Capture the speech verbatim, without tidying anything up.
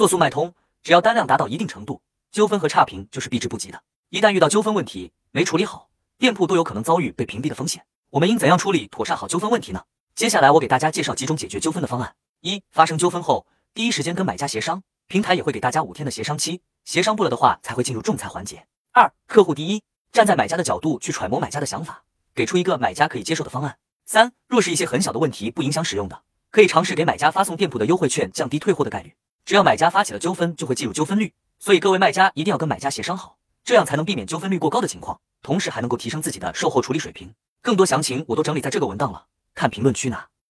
做速卖通，只要单量达到一定程度，纠纷和差评就是避之不及的。一旦遇到纠纷问题没处理好，店铺都有可能遭遇被屏蔽的风险。我们应怎样处理妥善好纠纷问题呢？接下来我给大家介绍几种解决纠纷的方案。一、发生纠纷后，第一时间跟买家协商，平台也会给大家五天的协商期，协商不了的话才会进入仲裁环节。二、客户第一，站在买家的角度去揣摩买家的想法，给出一个买家可以接受的方案。三、若是一些很小的问题不影响使用的，可以尝试给买家发送店铺的优惠券，降低退货的概率。只要买家发起了纠纷，就会计入纠纷率，所以各位卖家一定要跟买家协商好，这样才能避免纠纷率过高的情况，同时还能够提升自己的售后处理水平。更多详情我都整理在这个文档了，看评论区拿。